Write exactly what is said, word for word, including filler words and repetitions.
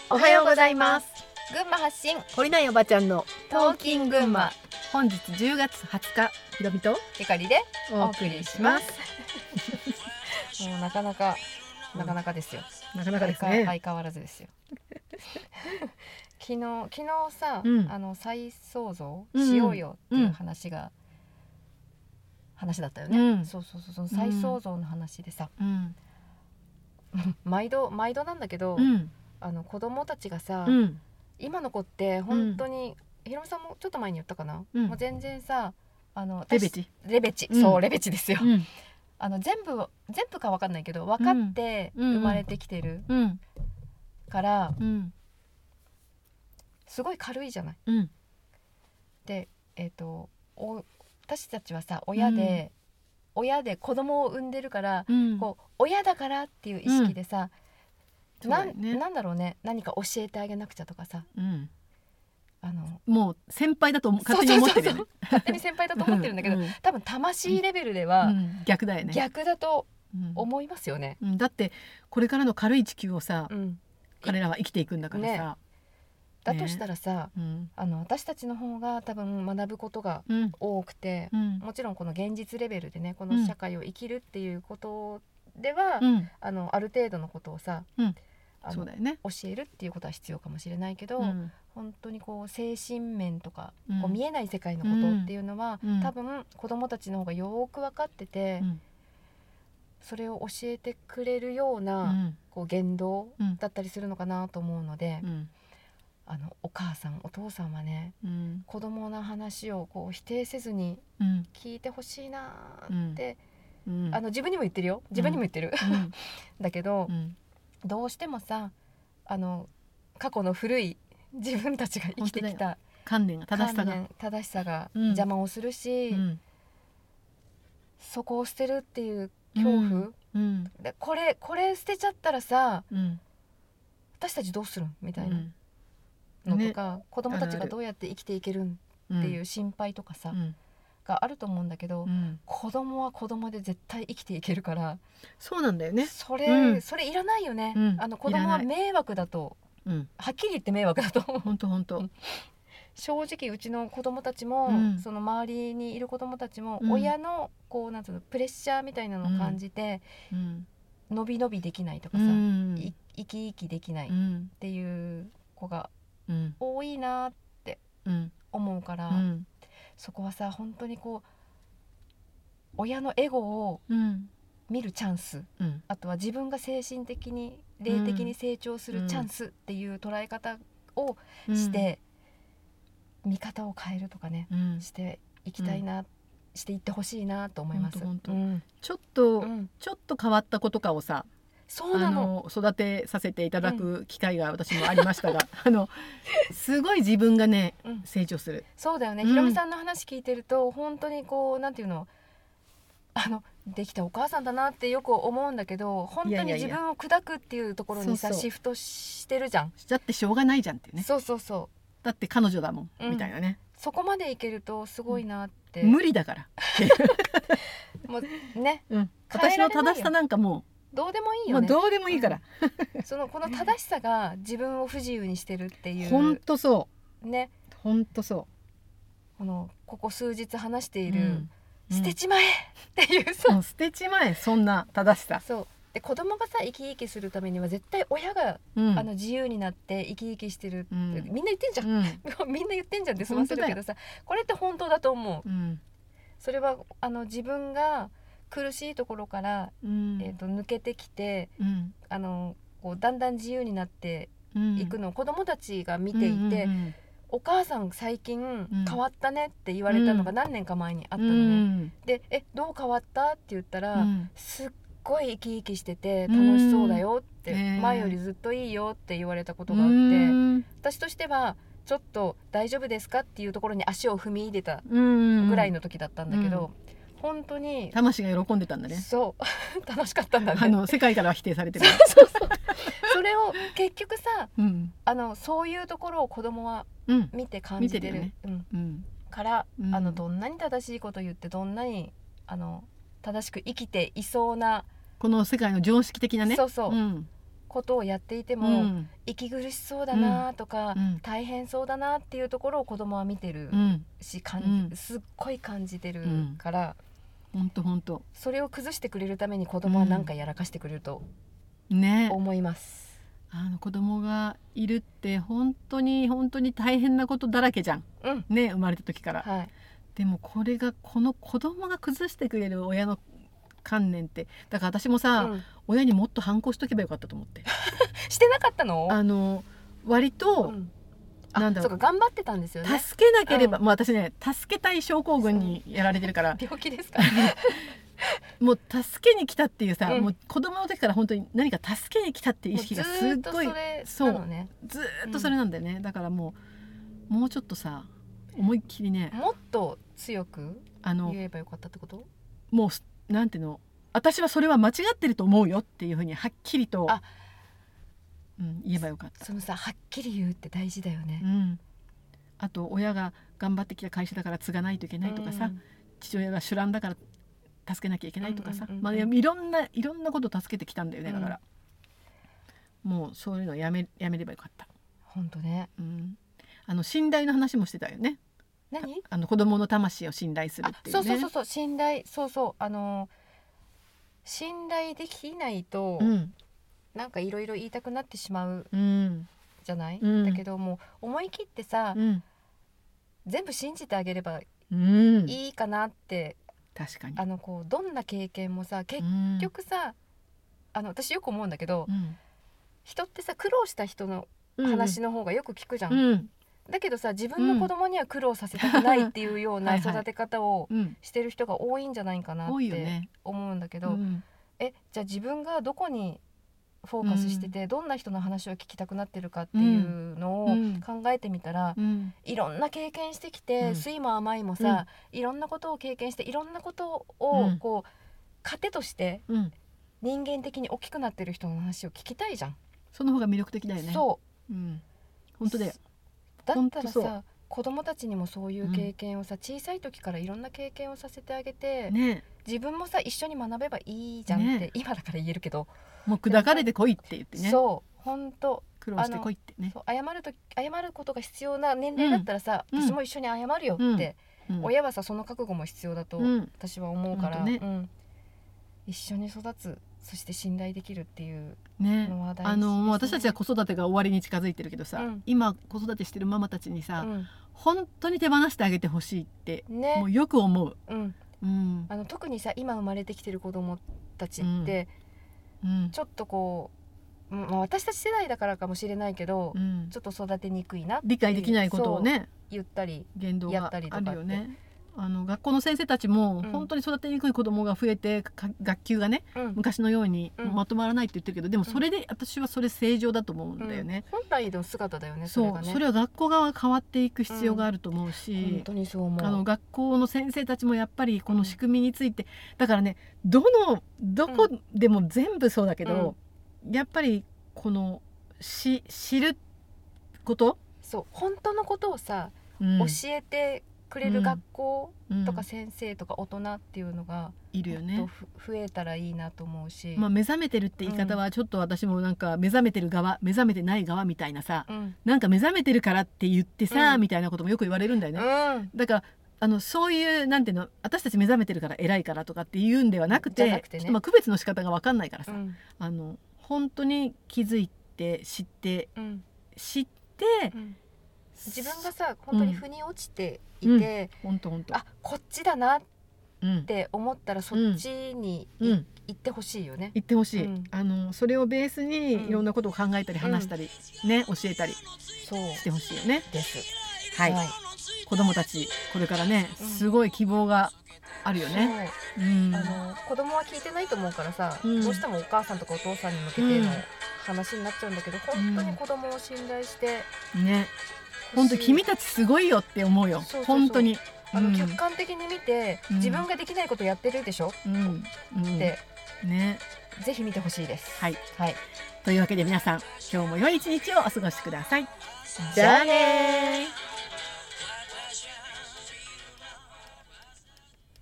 おはようございます。 群馬発信懲りないおばちゃんのトーキン群馬、 本日じゅうがつはつか、ひろみとゆかりでお送りします。 もうなかなかなかなかですよ、 なかなかですね。 相変わらずですよ昨日昨日さ、 うん、 あの再創造しようよっていう話が、うん、話だったよね、うん、そうそうそう、その再創造の話でさ、うん、毎度毎度なんだけど、うん、あの子供たちがさ、うん、今の子って本当に、うん、ひろみさんもちょっと前に言ったかな、うん、もう全然さ、あのレベチレベチ、うん、そうレベチですよ、うん、あの全部全部か分かんないけど分かって生まれてきてるから、うんうん、すごい軽いじゃない、うん、で、えーと、お私たちはさ親で、うん、親で子供を産んでるから、うん、こう親だからっていう意識でさ、うん、な, ね、なんだろうね、何か教えてあげなくちゃとかさ、うん、あのもう先輩だと勝手に思ってるよね。 そうそうそうそう、勝手に先輩だと思ってるんだけど、うん、多分魂レベルでは、うん、 逆だよね。 逆だと思いますよね、 うん、だってこれからの軽い地球をさ、うん、彼らは生きていくんだからさ、ね、 だとしたらさ、ね、あの私たちの方が多分学ぶことが多くて、うん、もちろんこの現実レベルでね、この社会を生きるっていうことでは、うん、あのある程度のことをさ、うん、あのそうだよね、教えるっていうことは必要かもしれないけど、うん、本当にこう精神面とか、うん、こう見えない世界のことっていうのは、うん、多分子どもたちの方がよく分かってて、うん、それを教えてくれるような、うん、こう言動だったりするのかなと思うので、うん、あのお母さんお父さんはね、うん、子供の話をこう否定せずに聞いてほしいなって、うんうん、あの自分にも言ってるよ、自分にも言ってる、うん、だけど、うん、どうしてもさ、あの過去の古い自分たちが生きてきた観念が正しさが正しさが邪魔をするし、うん、そこを捨てるっていう恐怖、うんうん、でこれこれ捨てちゃったらさ、うん、私たちどうするんみたいなのとか、ね、子供たちがどうやって生きていけるんっていう心配とかさ、うん、があると思うんだけど、うん、子供は子供で絶対生きていけるから、 そうなんだよね、 それ、うん、それいらないよね、うん、あの子供は迷惑だと、うん、はっきり言って迷惑だと思う。 本当本当。 正直うちの子供たちも、うん、その周りにいる子供たちも、うん、親のこうなんつうのプレッシャーみたいなのを感じて、うん、伸び伸びできないとかさ、うん、い生き生きできないっていう子が多いなって思うから、うん、そこはさ本当にこう親のエゴを見るチャンス、うん、あとは自分が精神的に霊的に成長するチャンスっていう捉え方をして、うん、見方を変えるとかね、うん、していきたいな、うん、していってほしいなと思います。 本当本当、うん、ちょっと、うん、ちょっと変わった子とかをさ、 そうなの、 あの育てさせていただく機会が私もありましたが、うん、あのすごい自分がね、うん、成長する。 そうだよね、ひろみさんの話聞いてると本当にこうなんていうの、あのできたお母さんだなってよく思うんだけど、本当に自分を砕くっていうところにさ、シフトしてるじゃん。 だってしょうがないじゃんっていうね。 そうそうそう、 だって彼女だもん、うん、みたいなね。 そこまでいけるとすごいなって、 うん、無理だからもうね、 うん、私の正しさなんかもうどうでもいいよね。 もうどうでもいいから、 うん、そのこの正しさが自分を不自由にしてるっていう。 本当そうね、 本当そう。 このここ数日話している、うん、捨てちまえっていうさ、 うん、捨てちまえ、そんな正しさ。 そうで、子供がさ生き生きするためには絶対親が、うん、あの自由になって生き生きしてるって、うん、みんな言ってんじゃん、うん、みんな言ってんじゃんって済ませるけどさ、これって本当だと思う、うん、それはあの自分が苦しいところから、うん、えーと、抜けてきて、うん、あのこうだんだん自由になっていくのを子供たちが見ていて、うんうんうん、お母さん最近変わったねって言われたのが何年か前にあったのね、うん、でえどう変わったって言ったら、うん、すっごい生き生きしてて楽しそうだよって、うん、前よりずっといいよって言われたことがあって、うん、私としてはちょっと大丈夫ですかっていうところに足を踏み入れたぐらいの時だったんだけど、うん、本当に魂が喜んでたんだね。 そう楽しかったんだね。 あの世界からは否定されてるそうそうそれを結局さ、うん、あのそういうところを子供は見て感じてる、うん、見てるよね、うん、から、うん、あのどんなに正しいこと言ってどんなにあの正しく生きていそうなこの世界の常識的なね、 そうそう、うん、 ことをやっていても、うん、息苦しそうだなとか、うん、大変そうだなっていうところを子供は見てるし、うん、すっごい感じてるから、 うん、ほんとほんとそれを崩してくれるために子供は何かやらかしてくれると思います、 うんね、あの子供がいるって本当に本当に大変なことだらけじゃん、うん、ね、生まれた時から、はい、でもこれがこの子供が崩してくれる親の観念って、だから私もさ、うん、親にもっと反抗しとけばよかったと思ってしてなかったの？ あの割と、うん、 なんだろう、そうか、頑張ってたんですよね。 助けなければ、うん、もう私ね助けたい症候群にやられてるから病気ですかもう助けに来たっていうさ、うん、もう子供の時から本当に何か助けに来たっていう意識がすっごい、 そう、ね、 ずっとそれなんだよね、うん、だからもうもうちょっとさ思いっきりね、 もっと強く言えばよかったってこと？ もうなんていうの、私はそれは間違ってると思うよっていうふうにはっきりと、あ、うん、言えばよかった。 そのさ、はっきり言うって大事だよね、 うん、あと親が頑張ってきた会社だから継がないといけないとかさ、うん、父親が主乱だから助けなきゃいけないとかさ、まあ、いろんないろんなことを助けてきたんだよね、だから、うん、もうそういうのやめ、やめればよかった。 本当ね、 うん、あの信頼の話もしてたよね。 何？ あの子供の魂を信頼するっていうね。 そうそうそうそう、信頼、そうそう、あの信頼できないと、うん、なんかいろいろ言いたくなってしまう、うん、じゃない、うん、だけどもう思い切ってさ、うん、全部信じてあげればいいかなって、 うん、確かに、 あのこうどんな経験もさ結局さ、うん、あの私よく思うんだけど、うん、人ってさ苦労した人の話の方がよく聞くじゃん、うん、だけどさ自分の子供には苦労させたくないっていうような育て方をしてる人が多いんじゃないかなって思うんだけど、うん、えじゃあ自分がどこにフォーカスしてて、うん、どんな人の話を聞きたくなってるかっていうのを考えてみたら、うん、いろんな経験してきて、うん、酸いも甘いもさ、うん、いろんなことを経験していろんなことをこう糧として人間的に大きくなってる人の話を聞きたいじゃん。 その方が魅力的だよね。 そう、 うん、本当だよ。 だったらさ子供たちにもそういう経験をさ、うん、小さい時からいろんな経験をさせてあげて、ね、自分もさ一緒に学べばいいじゃんって、ね、今だから言えるけど、 もう砕かれてこいって言ってね、 そう本当苦労してこいってね、 そう謝ると謝ることが必要な年齢だったらさ、うん、私も一緒に謝るよって、うんうん、親はさその覚悟も必要だと私は思うから、うんねうん、一緒に育つ、そして信頼できるっていうのは大事ですね。 あの私たちは子育てが終わりに近づいてるけどさ、うん、今子育てしてるママたちにさ、うん、本当に手放してあげてほしいって、ね、もうよく思う、うんうん、あの特にさ今生まれてきてる子供たちって、うん、ちょっとこう、まあ、私たち世代だからかもしれないけど、うん、ちょっと育てにくいなって理解できないことをね言ったり言動があるよね。あの学校の先生たちも本当に育てにくい子どもが増えて、うん、学級がね、うん、昔のようにまとまらないって言ってるけど、でもそれで、うん、私はそれ正常だと思うんだよね、 うん、本来の姿だよね。 それがね、そう、それは学校側が変わっていく必要があると思うし、 うん、本当にそう思う。 あの学校の先生たちもやっぱりこの仕組みについて、うん、だからねどのどこでも全部そうだけど、うん、やっぱりこのし知ること、 そう本当のことをさ、うん、教えてくれる学校とか先生とか大人っていうのがいるよね。 もっと増えたらいいなと思うし、 まあ、目覚めてるって言い方はちょっと私もなんか目覚めてる側目覚めてない側みたいなさ、うん、なんか目覚めてるからって言ってさ、うん、みたいなこともよく言われるんだよね、うん、だからあのそういうなんていうの、私たち目覚めてるから偉いからとかっていうんではなくて、なくてね、ちょっとまあ区別の仕方が分かんないからさ、うん、あの本当に気づいて知って、うん、知って、うん自分がさ本当に腑に落ちていて、 うん、ほんとほんと、 あこっちだなって思ったらそっちに、うん、行ってほしいよね。 行ってほしい、うん、あのそれをベースにいろんなことを考えたり話したり、うん、ね教えたりしてほしいよね。 です。 はい、はい、子供たちこれからねすごい希望があるよね、 うん、あの子供は聞いてないと思うからさ、うん、どうしてもお母さんとかお父さんに向けての話になっちゃうんだけど、うん、本当に子供を信頼してね、 本当に君たちすごいよって思うよ。そうそうそう、本当にあの、うん、客観的に見て、うん、自分ができないことやってるでしょ、うんうん、ってねぜひ見てほしいです。 はい、はい、というわけで皆さん今日も良い一日をお過ごしください。 じゃあねー。